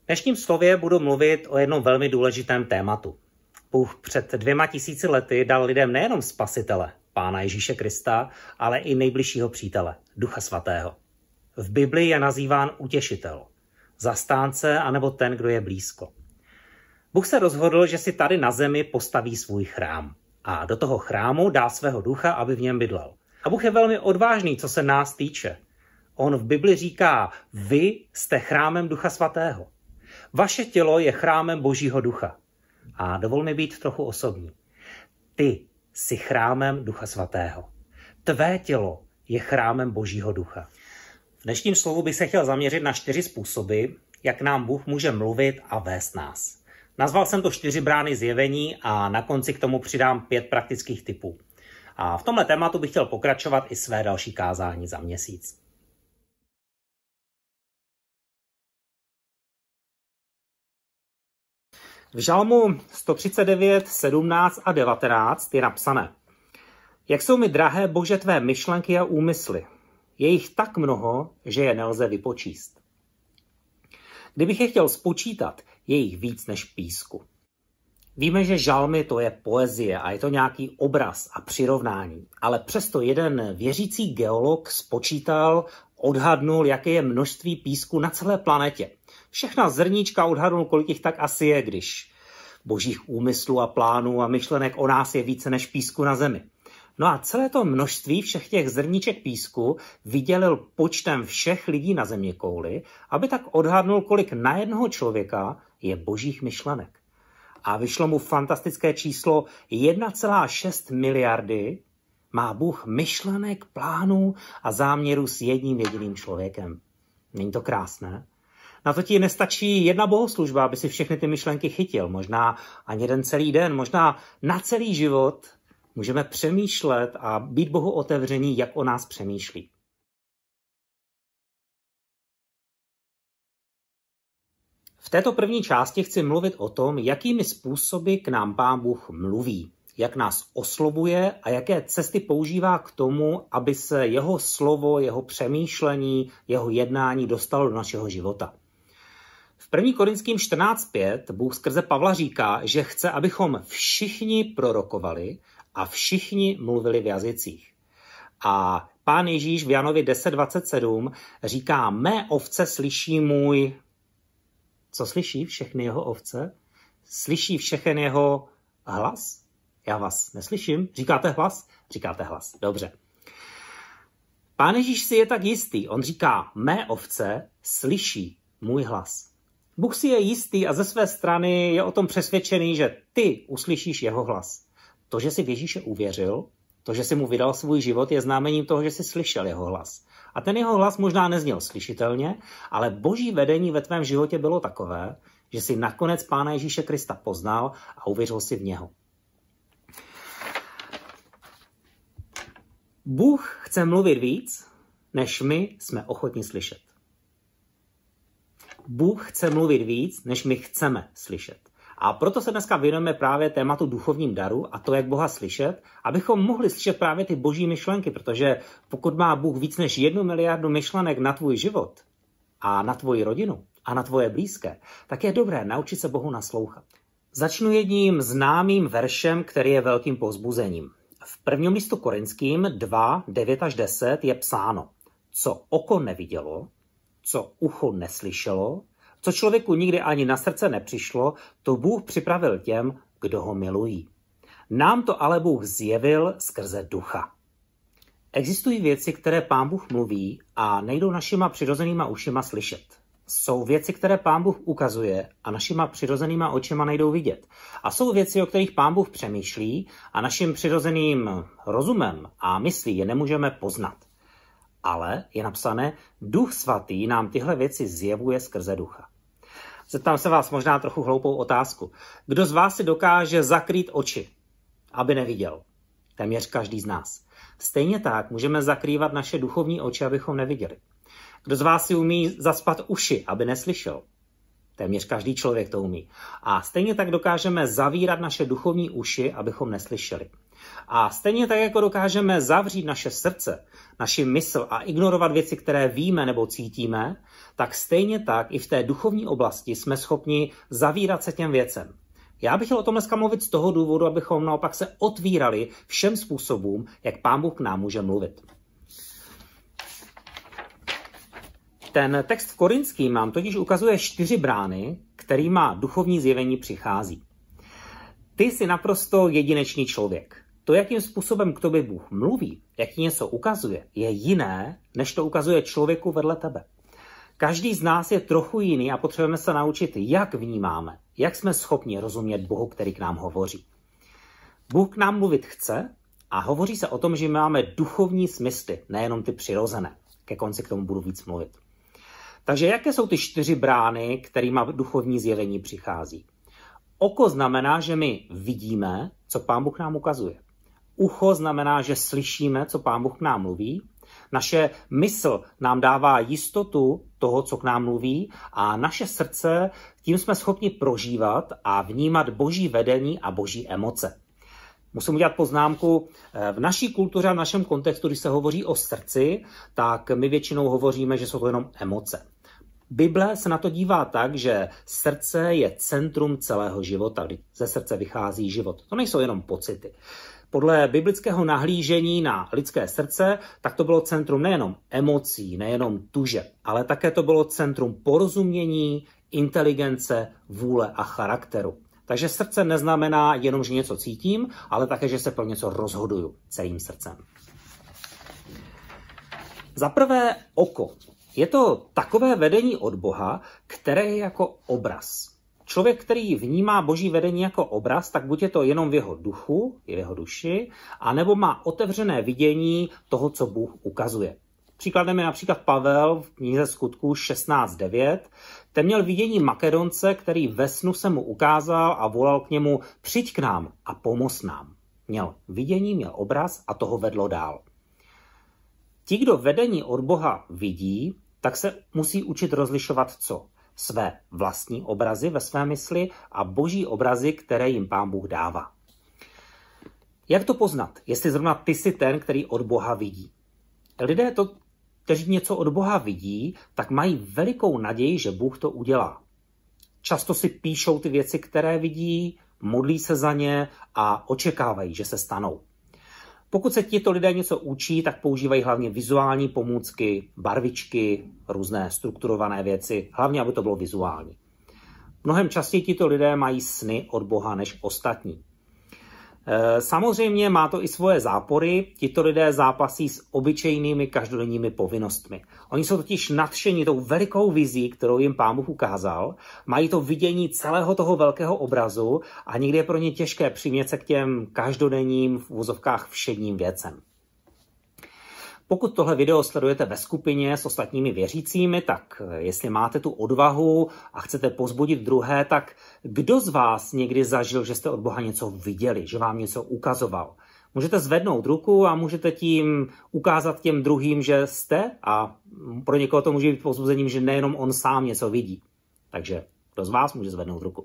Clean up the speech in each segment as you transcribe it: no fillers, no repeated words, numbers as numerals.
dnešním slově budu mluvit o jednom velmi důležitém tématu. Bůh před 2000 lety dal lidem nejenom spasitele, Pána Ježíše Krista, ale i nejbližšího přítele, Ducha Svatého. V Biblii je nazýván utěšitel, zastánce anebo ten, kdo je blízko. Bůh se rozhodl, že si tady na zemi postaví svůj chrám a do toho chrámu dá svého ducha, aby v něm bydlel. A Bůh je velmi odvážný, co se nás týče. On v Bibli říká, vy jste chrámem Ducha Svatého. Vaše tělo je chrámem Božího ducha. A dovol mi být trochu osobní. Ty jsi chrámem Ducha Svatého. Tvé tělo je chrámem Božího ducha. V dnešním slovu bych se chtěl zaměřit na 4 způsoby, jak nám Bůh může mluvit a vést nás. Nazval jsem to 4 brány zjevení a na konci k tomu přidám 5 praktických tipů. A v tomhle tématu bych chtěl pokračovat i své další kázání za měsíc. V Žalmu 139, 17 a 19 je napsané: Jak jsou mi drahé, Bože, tvé myšlenky a úmysly. Je jich tak mnoho, že je nelze vypočíst. Kdybych je chtěl spočítat, je jich víc než písku. Víme, že žalmy to je poezie a je to nějaký obraz a přirovnání, ale přesto jeden věřící geolog spočítal, odhadnul, jaké je množství písku na celé planetě. Všechna zrníčka odhadnul, kolik jich tak asi je, když božích úmyslů a plánů a myšlenek o nás je více než písku na zemi. No a celé to množství všech těch zrníček písku vydělil počtem všech lidí na zeměkouli, aby tak odhadnul, kolik na jednoho člověka je božích myšlenek. A vyšlo mu fantastické číslo 1,6 miliardy má Bůh myšlenek, plánů a záměrů s jedním jediným člověkem. Není to krásné? Na to ti nestačí jedna bohoslužba, aby si všechny ty myšlenky chytil. Možná ani jeden celý den, možná na celý život můžeme přemýšlet a být Bohu otevření, jak o nás přemýšlí. V této první části chci mluvit o tom, jakými způsoby k nám Pán Bůh mluví, jak nás oslovuje a jaké cesty používá k tomu, aby se jeho slovo, jeho přemýšlení, jeho jednání dostalo do našeho života. V 1. Korinským 14.5 Bůh skrze Pavla říká, že chce, abychom všichni prorokovali a všichni mluvili v jazycích. A Pán Ježíš v Janovi 10.27 říká, mé ovce slyší můj... Co slyší všechny jeho ovce? Slyší všechen jeho hlas? Já vás neslyším. Říkáte hlas? Říkáte hlas. Dobře. Pán Ježíš si je tak jistý. On říká, mé ovce slyší můj hlas. Bůh si je jistý a ze své strany je o tom přesvědčený, že ty uslyšíš jeho hlas. To, že jsi v Ježíše uvěřil, to, že jsi mu vydal svůj život, je znamením toho, že jsi slyšel jeho hlas. A ten jeho hlas možná nezněl slyšitelně, ale boží vedení ve tvém životě bylo takové, že jsi nakonec Pána Ježíše Krista poznal a uvěřil si v něho. Bůh chce mluvit víc, než my jsme ochotni slyšet. Bůh chce mluvit víc, než my chceme slyšet. A proto se dneska věnujeme právě tématu duchovním daru a to, jak Boha slyšet, abychom mohli slyšet právě ty boží myšlenky, protože pokud má Bůh víc než 1 miliardu myšlenek na tvůj život a na tvoji rodinu a na tvoje blízké, tak je dobré naučit se Bohu naslouchat. Začnu jedním známým veršem, který je velkým povzbuzením. V 1. listu Korinským 2, 9 až 10 je psáno, co oko nevidělo, co ucho neslyšelo, co člověku nikdy ani na srdce nepřišlo, to Bůh připravil těm, kdo ho milují. Nám to ale Bůh zjevil skrze ducha. Existují věci, které Pán Bůh mluví a nejdou našima přirozenýma ušima slyšet. Jsou věci, které Pán Bůh ukazuje a našima přirozenýma očima nejdou vidět. A jsou věci, o kterých Pán Bůh přemýšlí a naším přirozeným rozumem a myslí je nemůžeme poznat. Ale je napsané, Duch Svatý nám tyhle věci zjevuje skrze ducha. Zeptám se vás možná trochu hloupou otázku. Kdo z vás si dokáže zakrýt oči, aby neviděl? Téměř každý z nás. Stejně tak můžeme zakrývat naše duchovní oči, abychom neviděli. Kdo z vás si umí zaspat uši, aby neslyšel? Téměř každý člověk to umí. A stejně tak dokážeme zavírat naše duchovní uši, abychom neslyšeli. A stejně tak, jako dokážeme zavřít naše srdce, naši mysl a ignorovat věci, které víme nebo cítíme, tak stejně tak i v té duchovní oblasti jsme schopni zavírat se těm věcem. Já bych chtěl o tom dneska mluvit z toho důvodu, abychom naopak se otvírali všem způsobům, jak Pán Bůh k nám může mluvit. Ten text v Korinským nám totiž ukazuje 4 brány, kterýma duchovní zjevení přichází. Ty jsi naprosto jedinečný člověk. To, jakým způsobem k tobě Bůh mluví, jak ti něco ukazuje, je jiné, než to ukazuje člověku vedle tebe. Každý z nás je trochu jiný a potřebujeme se naučit, jak vnímáme, jak jsme schopni rozumět Bohu, který k nám hovoří. Bůh k nám mluvit chce a hovoří se o tom, že máme duchovní smysly, nejenom ty přirozené. Ke konci k tomu budu víc mluvit. Takže jaké jsou ty 4 brány, kterýma duchovní zjevení přichází? Oko znamená, že my vidíme, co Pán Bůh nám ukazuje. Ucho znamená, že slyšíme, co Pán Bůh k nám mluví. Naše mysl nám dává jistotu toho, co k nám mluví, a naše srdce, tím jsme schopni prožívat a vnímat Boží vedení a Boží emoce. Musím udělat poznámku, v naší kultuře a v našem kontextu, když se hovoří o srdci, tak my většinou hovoříme, že jsou to jenom emoce. Bible se na to dívá tak, že srdce je centrum celého života, kdy ze srdce vychází život. To nejsou jenom pocity. Podle biblického nahlížení na lidské srdce, tak to bylo centrum nejenom emocí, nejenom tužeb, ale také to bylo centrum porozumění, inteligence, vůle a charakteru. Takže srdce neznamená jenom, že něco cítím, ale také, že se pro něco rozhoduju celým srdcem. Za prvé oko. Je to takové vedení od Boha, které je jako obraz. Člověk, který vnímá Boží vedení jako obraz, tak buď je to jenom v jeho duchu, v jeho duši, anebo má otevřené vidění toho, co Bůh ukazuje. Příkladem je například Pavel v knize Skutků 16.9. Ten měl vidění Makedonce, který ve snu se mu ukázal a volal k němu: přijď k nám a pomoz nám. Měl vidění, měl obraz a toho vedlo dál. Ti, kdo vedení od Boha vidí, tak se musí učit rozlišovat co? Své vlastní obrazy ve své mysli a Boží obrazy, které jim Pán Bůh dává. Jak to poznat, jestli zrovna ty jsi ten, který od Boha vidí? Lidé, kteří něco od Boha vidí, tak mají velikou naději, že Bůh to udělá. Často si píšou ty věci, které vidí, modlí se za ně a očekávají, že se stanou. Pokud se tito lidé něco učí, tak používají hlavně vizuální pomůcky, barvičky, různé strukturované věci, hlavně, aby to bylo vizuální. Mnohem častěji tito lidé mají sny od Boha než ostatní. Samozřejmě má to i svoje zápory, tito lidé zápasí s obyčejnými každodenními povinnostmi. Oni jsou totiž nadšení tou velikou vizí, kterou jim Pán Bůh ukázal, mají to vidění celého toho velkého obrazu a někdy je pro ně těžké přimět se k těm každodenním v uvozovkách všedním věcem. Pokud tohle video sledujete ve skupině s ostatními věřícími, tak jestli máte tu odvahu a chcete povzbudit druhé, tak kdo z vás někdy zažil, že jste od Boha něco viděli, že vám něco ukazoval? Můžete zvednout ruku a můžete tím ukázat těm druhým, že jste, a pro někoho to může být povzbuzením, že nejenom on sám něco vidí. Takže kdo z vás může zvednout ruku?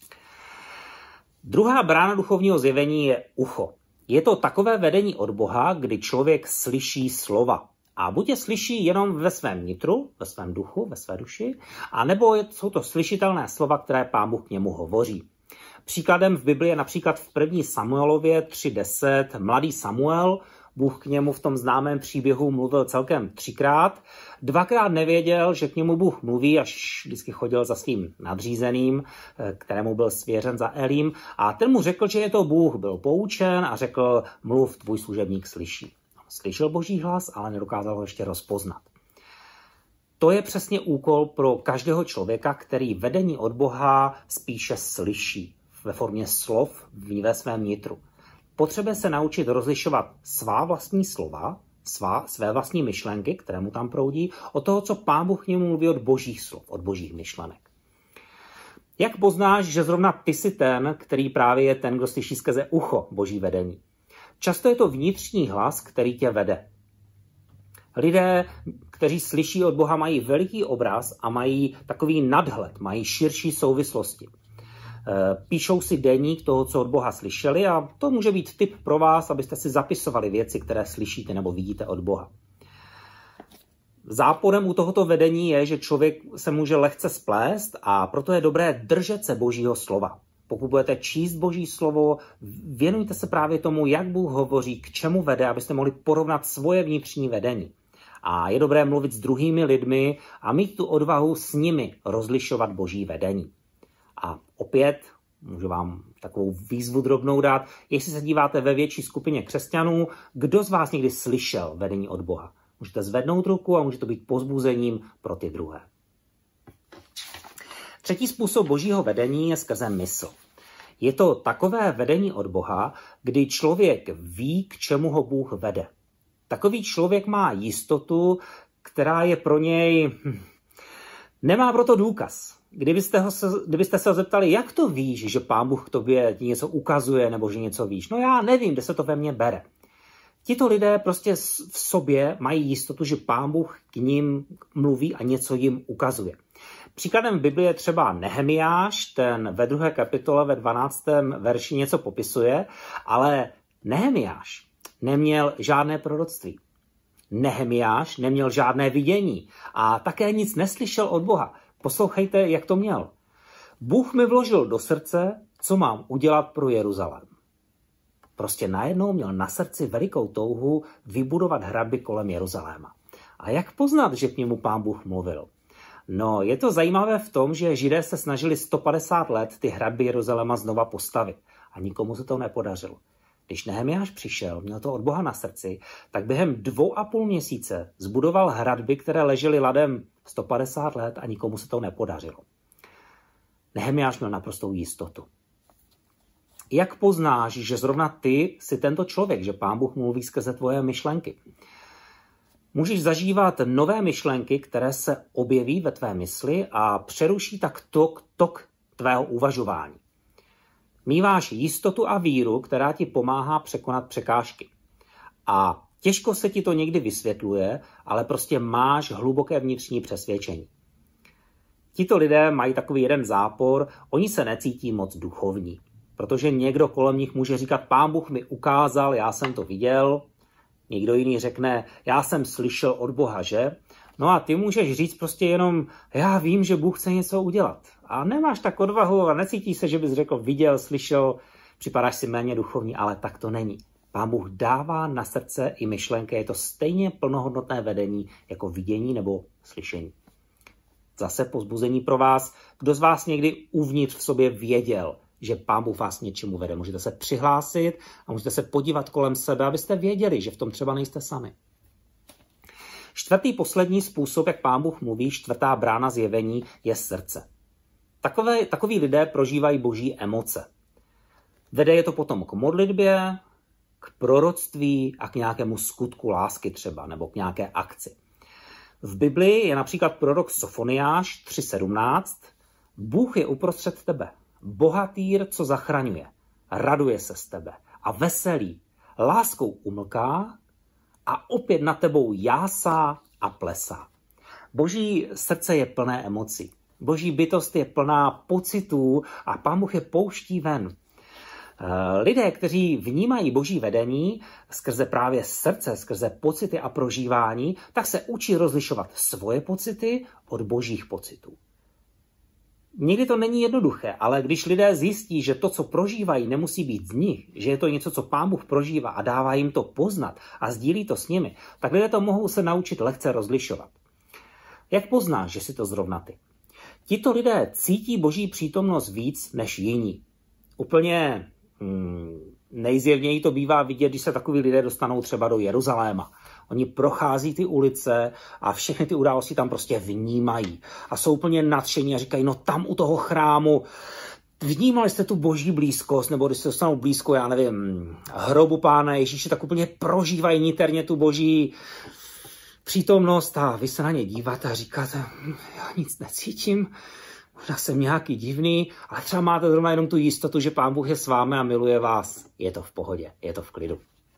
Druhá brána duchovního zjevení je ucho. Je to takové vedení od Boha, kdy člověk slyší slova. A buď je slyší jenom ve svém nitru, ve svém duchu, ve své duši, anebo jsou to slyšitelné slova, které Pán Bůh k němu hovoří. Příkladem v Biblii je například v 1. Samuelově 3.10 mladý Samuel. Bůh k němu v tom známém příběhu mluvil celkem 3krát. 2krát nevěděl, že k němu Bůh mluví, až vždycky chodil za svým nadřízeným, kterému byl svěřen za Elím. A ten mu řekl, že je to Bůh, byl poučen a řekl: mluv, tvůj služebník slyší. Slyšel Boží hlas, ale nedokázal ho ještě rozpoznat. To je přesně úkol pro každého člověka, který vedení od Boha spíše slyší ve formě slov ve svém nitru. Potřebuje se naučit rozlišovat svá vlastní slova, své vlastní myšlenky, které mu tam proudí, od toho, co Pán Bůh k němu mluví od Božích slov, od Božích myšlenek. Jak poznáš, že zrovna ty jsi ten, který právě je ten, kdo slyší skrze ucho Boží vedení? Často je to vnitřní hlas, který tě vede. Lidé, kteří slyší od Boha, mají veliký obraz a mají takový nadhled, mají širší souvislosti. Píšou si deník toho, co od Boha slyšeli, a to může být tip pro vás, abyste si zapisovali věci, které slyšíte nebo vidíte od Boha. Záporem u tohoto vedení je, že člověk se může lehce splést, a proto je dobré držet se Božího slova. Pokud budete číst Boží slovo, věnujte se právě tomu, jak Bůh hovoří, k čemu vede, abyste mohli porovnat svoje vnitřní vedení. A je dobré mluvit s druhými lidmi a mít tu odvahu s nimi rozlišovat Boží vedení. A opět můžu vám takovou výzvu drobnou dát, jestli se díváte ve větší skupině křesťanů, kdo z vás někdy slyšel vedení od Boha. Můžete zvednout ruku a může to být povzbuzením pro ty druhé. Třetí způsob Božího vedení je skrze mysl. Je to takové vedení od Boha, kdy člověk ví, k čemu ho Bůh vede. Takový člověk má jistotu, která je pro něj... Nemá proto důkaz. Kdybyste se ho zeptali, jak to víš, že Pán Bůh k tobě něco ukazuje nebo že něco víš? No já nevím, kde se to ve mně bere. Tito lidé prostě v sobě mají jistotu, že Pán Bůh k ním mluví a něco jim ukazuje. Příkladem v Biblii je třeba Nehemiáš, ten ve 2. kapitole ve 12. verši něco popisuje, ale Nehemiáš neměl žádné proroctví. Nehemiáš neměl žádné vidění a také nic neslyšel od Boha. Poslouchejte, jak to měl. Bůh mi vložil do srdce, co mám udělat pro Jeruzalém. Prostě najednou měl na srdci velikou touhu vybudovat hradby kolem Jeruzaléma. A jak poznat, že k němu Pán Bůh mluvil? No, je to zajímavé v tom, že Židé se snažili 150 let ty hradby Jeruzaléma znova postavit a nikomu se to nepodařilo. Když Nehemiáš přišel, měl to od Boha na srdci, tak během 2,5 měsíce zbudoval hradby, které ležely ladem 150 let a nikomu se to nepodařilo. Nehemiáš měl naprostou jistotu. Jak poznáš, že zrovna ty jsi tento člověk, že Pán Bůh mluví skrze tvoje myšlenky? Můžeš zažívat nové myšlenky, které se objeví ve tvé mysli a přeruší tak tok tvého uvažování. Míváš jistotu a víru, která ti pomáhá překonat překážky. A těžko se ti to někdy vysvětluje, ale prostě máš hluboké vnitřní přesvědčení. Tito lidé mají takový jeden zápor, oni se necítí moc duchovní. Protože někdo kolem nich může říkat, Pán Bůh mi ukázal, já jsem to viděl. Někdo jiný řekne, já jsem slyšel od Boha, že? No a ty můžeš říct prostě jenom, já vím, že Bůh chce něco udělat. A nemáš tak odvahu a necítíš se, že bys řekl, viděl, slyšel, připadáš si méně duchovní, ale tak to není. Pán Bůh dává na srdce i myšlenky, je to stejně plnohodnotné vedení jako vidění nebo slyšení. Zase povzbuzení pro vás, kdo z vás někdy uvnitř v sobě věděl, že Pán Bůh vás něčemu vede. Můžete se přihlásit a můžete se podívat kolem sebe, abyste věděli, že v tom třeba nejste sami. Čtvrtý poslední způsob, jak Pán Bůh mluví, čtvrtá brána zjevení, je srdce. Takoví lidé prožívají boží emoce. Vede je to potom k modlitbě, k proroctví a k nějakému skutku lásky třeba, nebo k nějaké akci. V Biblii je například prorok Sofoniáš 3.17. Bůh je uprostřed tebe, bohatýr, co zachraňuje, raduje se z tebe a veselí, láskou umlká a opět nad tebou jásá a plesá. Boží srdce je plné emocí. Boží bytost je plná pocitů a Pán Bůh je pouští ven. Lidé, kteří vnímají boží vedení skrze právě srdce, skrze pocity a prožívání, tak se učí rozlišovat svoje pocity od božích pocitů. Někdy to není jednoduché, ale když lidé zjistí, že to, co prožívají, nemusí být z nich, že je to něco, co Pán Bůh prožívá a dává jim to poznat a sdílí to s nimi, tak lidé to mohou se naučit lehce rozlišovat. Jak poznáš, že si to zrovna ty? Tito lidé cítí boží přítomnost víc než jiní. Úplně nejzjevněji to bývá vidět, když se takoví lidé dostanou třeba do Jeruzaléma. Oni prochází ty ulice a všechny ty události tam prostě vnímají. A jsou úplně nadšení a říkají, no tam u toho chrámu vnímali jste tu boží blízkost, nebo když se dostanou blízko, já nevím, hrobu Pána Ježíše, tak úplně prožívají niterně tu boží přítomnost a vy se na ně díváte a říkáte, já nic necítím, možná jsem nějaký divný, ale třeba máte zrovna jenom tu jistotu, že Pán Bůh je s vámi a miluje vás. Je to v pohodě, je to v klidu.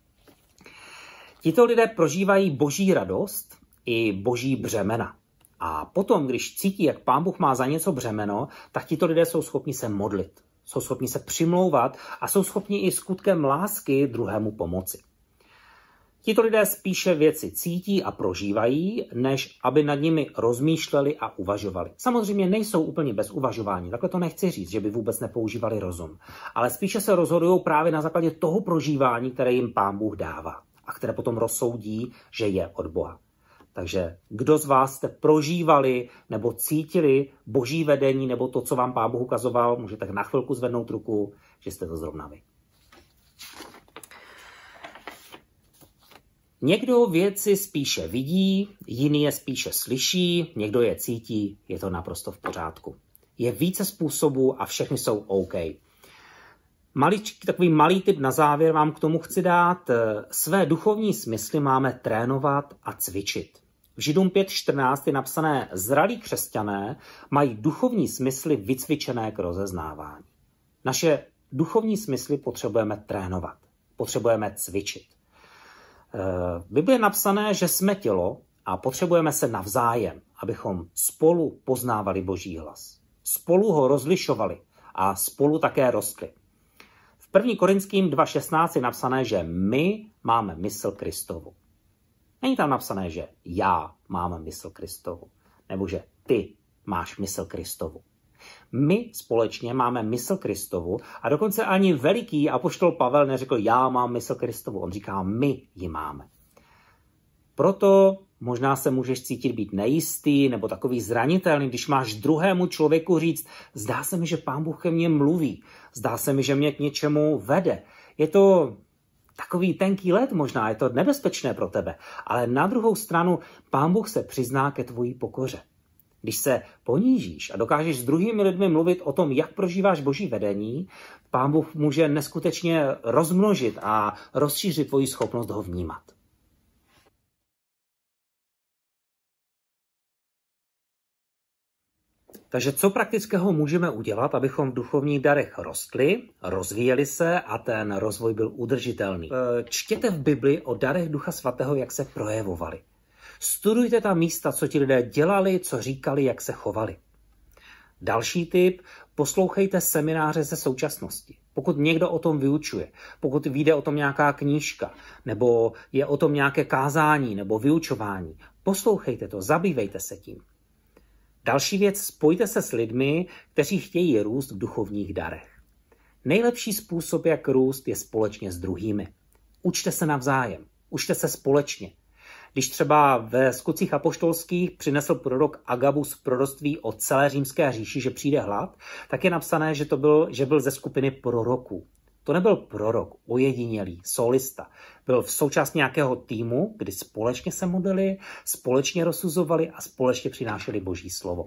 Tito lidé prožívají boží radost i boží břemena. A potom, když cítí, jak Pán Bůh má za něco břemeno, tak tito lidé jsou schopni se modlit. jsou schopni se přimlouvat a jsou schopni i skutkem lásky druhému pomoci. Tito lidé spíše věci cítí a prožívají, než aby nad nimi rozmýšleli a uvažovali. Samozřejmě nejsou úplně bez uvažování, takhle to nechci říct, že by vůbec nepoužívali rozum, ale spíše se rozhodují právě na základě toho prožívání, které jim Pán Bůh dává a které potom rozsoudí, že je od Boha. Takže kdo z vás jste prožívali nebo cítili boží vedení nebo to, co vám Pán Bůh ukazoval, můžete na chvilku zvednout ruku, že jste to zrovna vy. Někdo věci spíše vidí, jiný je spíše slyší, někdo je cítí, je to naprosto v pořádku. Je více způsobů a všechny jsou OK. Takový malý tip na závěr vám k tomu chci dát. Své duchovní smysly máme trénovat a cvičit. V Židům 5.14 je napsané, zralí křesťané mají duchovní smysly vycvičené k rozeznávání. Naše duchovní smysly potřebujeme trénovat, potřebujeme cvičit. V Biblii je napsané, že jsme tělo a potřebujeme se navzájem, abychom spolu poznávali Boží hlas. Spolu ho rozlišovali a spolu také rostli. V 1. Korinským 2.16 je napsané, že my máme mysl Kristovu. Není tam napsané, že já mám mysl Kristovu, nebo že ty máš mysl Kristovu. My společně máme mysl Kristovu a dokonce ani veliký apoštol Pavel neřekl, já mám mysl Kristovu. On říká, my ji máme. Proto možná se můžeš cítit být nejistý nebo takový zranitelný, když máš druhému člověku říct, zdá se mi, že Pán Bůh ke mně mluví, zdá se mi, že mě k něčemu vede. Je to takový tenký led možná, je to nebezpečné pro tebe, ale na druhou stranu Pán Bůh se přizná ke tvojí pokoře. Když se ponížíš a dokážeš s druhými lidmi mluvit o tom, jak prožíváš Boží vedení, Pán Bůh může neskutečně rozmnožit a rozšířit tvoji schopnost ho vnímat. Takže co praktického můžeme udělat, abychom v duchovních darech rostli, rozvíjeli se a ten rozvoj byl udržitelný? Čtěte v Bibli o darech Ducha Svatého, jak se projevovali. Studujte ta místa, co ti lidé dělali, co říkali, jak se chovali. Další tip, poslouchejte semináře ze současnosti. Pokud někdo o tom vyučuje, pokud vyjde o tom nějaká knížka, nebo je o tom nějaké kázání nebo vyučování, poslouchejte to, zabývejte se tím. Další věc, spojte se s lidmi, kteří chtějí růst v duchovních darech. Nejlepší způsob, jak růst, je společně s druhými. Učte se navzájem, učte se společně. Když třeba ve Skutcích apoštolských přinesl prorok Agabus proroctví o celé římské říši, že přijde hlad, tak je napsané, že byl ze skupiny proroků. To nebyl prorok, ojedinělý, solista. Byl v součástí nějakého týmu, kdy společně se modlili, společně rozsuzovali a společně přinášeli Boží slovo.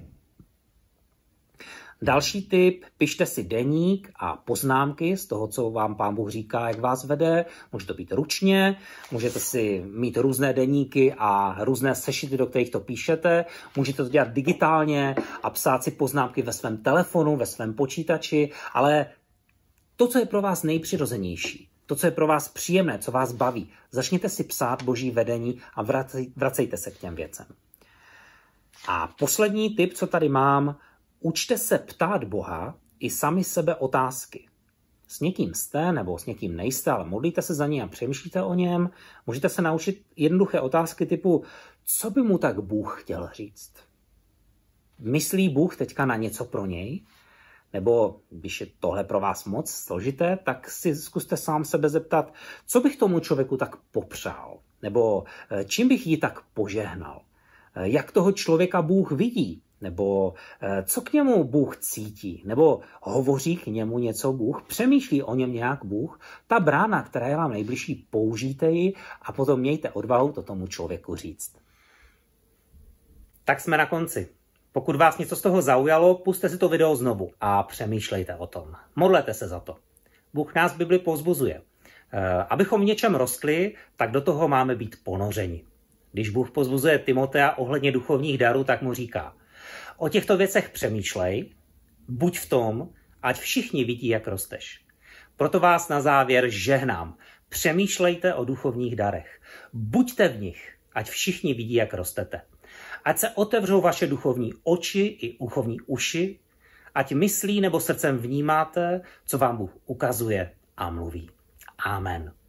Další tip, pište si deník a poznámky z toho, co vám Pán Bůh říká, jak vás vede. Může to být ručně, můžete si mít různé deníky a různé sešity, do kterých to píšete. Můžete to dělat digitálně a psát si poznámky ve svém telefonu, ve svém počítači, ale to, co je pro vás nejpřirozenější, to, co je pro vás příjemné, co vás baví, začněte si psát Boží vedení a vracejte se k těm věcem. A poslední tip, co tady mám, učte se ptát Boha i sami sebe otázky. S někým jste nebo s někým nejste, ale modlíte se za něj a přemýšlíte o něm. Můžete se naučit jednoduché otázky typu, co by mu tak Bůh chtěl říct? Myslí Bůh teďka na něco pro něj? Nebo když je tohle pro vás moc složité, tak si zkuste sám sebe zeptat, co bych tomu člověku tak popřál? Nebo čím bych ji tak požehnal? Jak toho člověka Bůh vidí? Nebo co k němu Bůh cítí? Nebo hovoří k němu něco Bůh? Přemýšlí o něm nějak Bůh? Ta brána, která je vám nejbližší, použijte ji a potom mějte odvahu to tomu člověku říct. Tak jsme na konci. Pokud vás něco z toho zaujalo, pusťte si to video znovu a přemýšlejte o tom. Modlete se za to. Bůh nás v Bibli povzbuzuje. Abychom v něčem rostli, tak do toho máme být ponořeni. Když Bůh povzbuzuje Timotea ohledně duchovních darů, tak mu říká, o těchto věcech přemýšlej, buď v tom, ať všichni vidí, jak rosteš. Proto vás na závěr žehnám. Přemýšlejte o duchovních darech. Buďte v nich, ať všichni vidí, jak rostete. Ať se otevřou vaše duchovní oči i duchovní uši ať myslí nebo srdcem vnímáte, co vám Bůh ukazuje a mluví. Amen.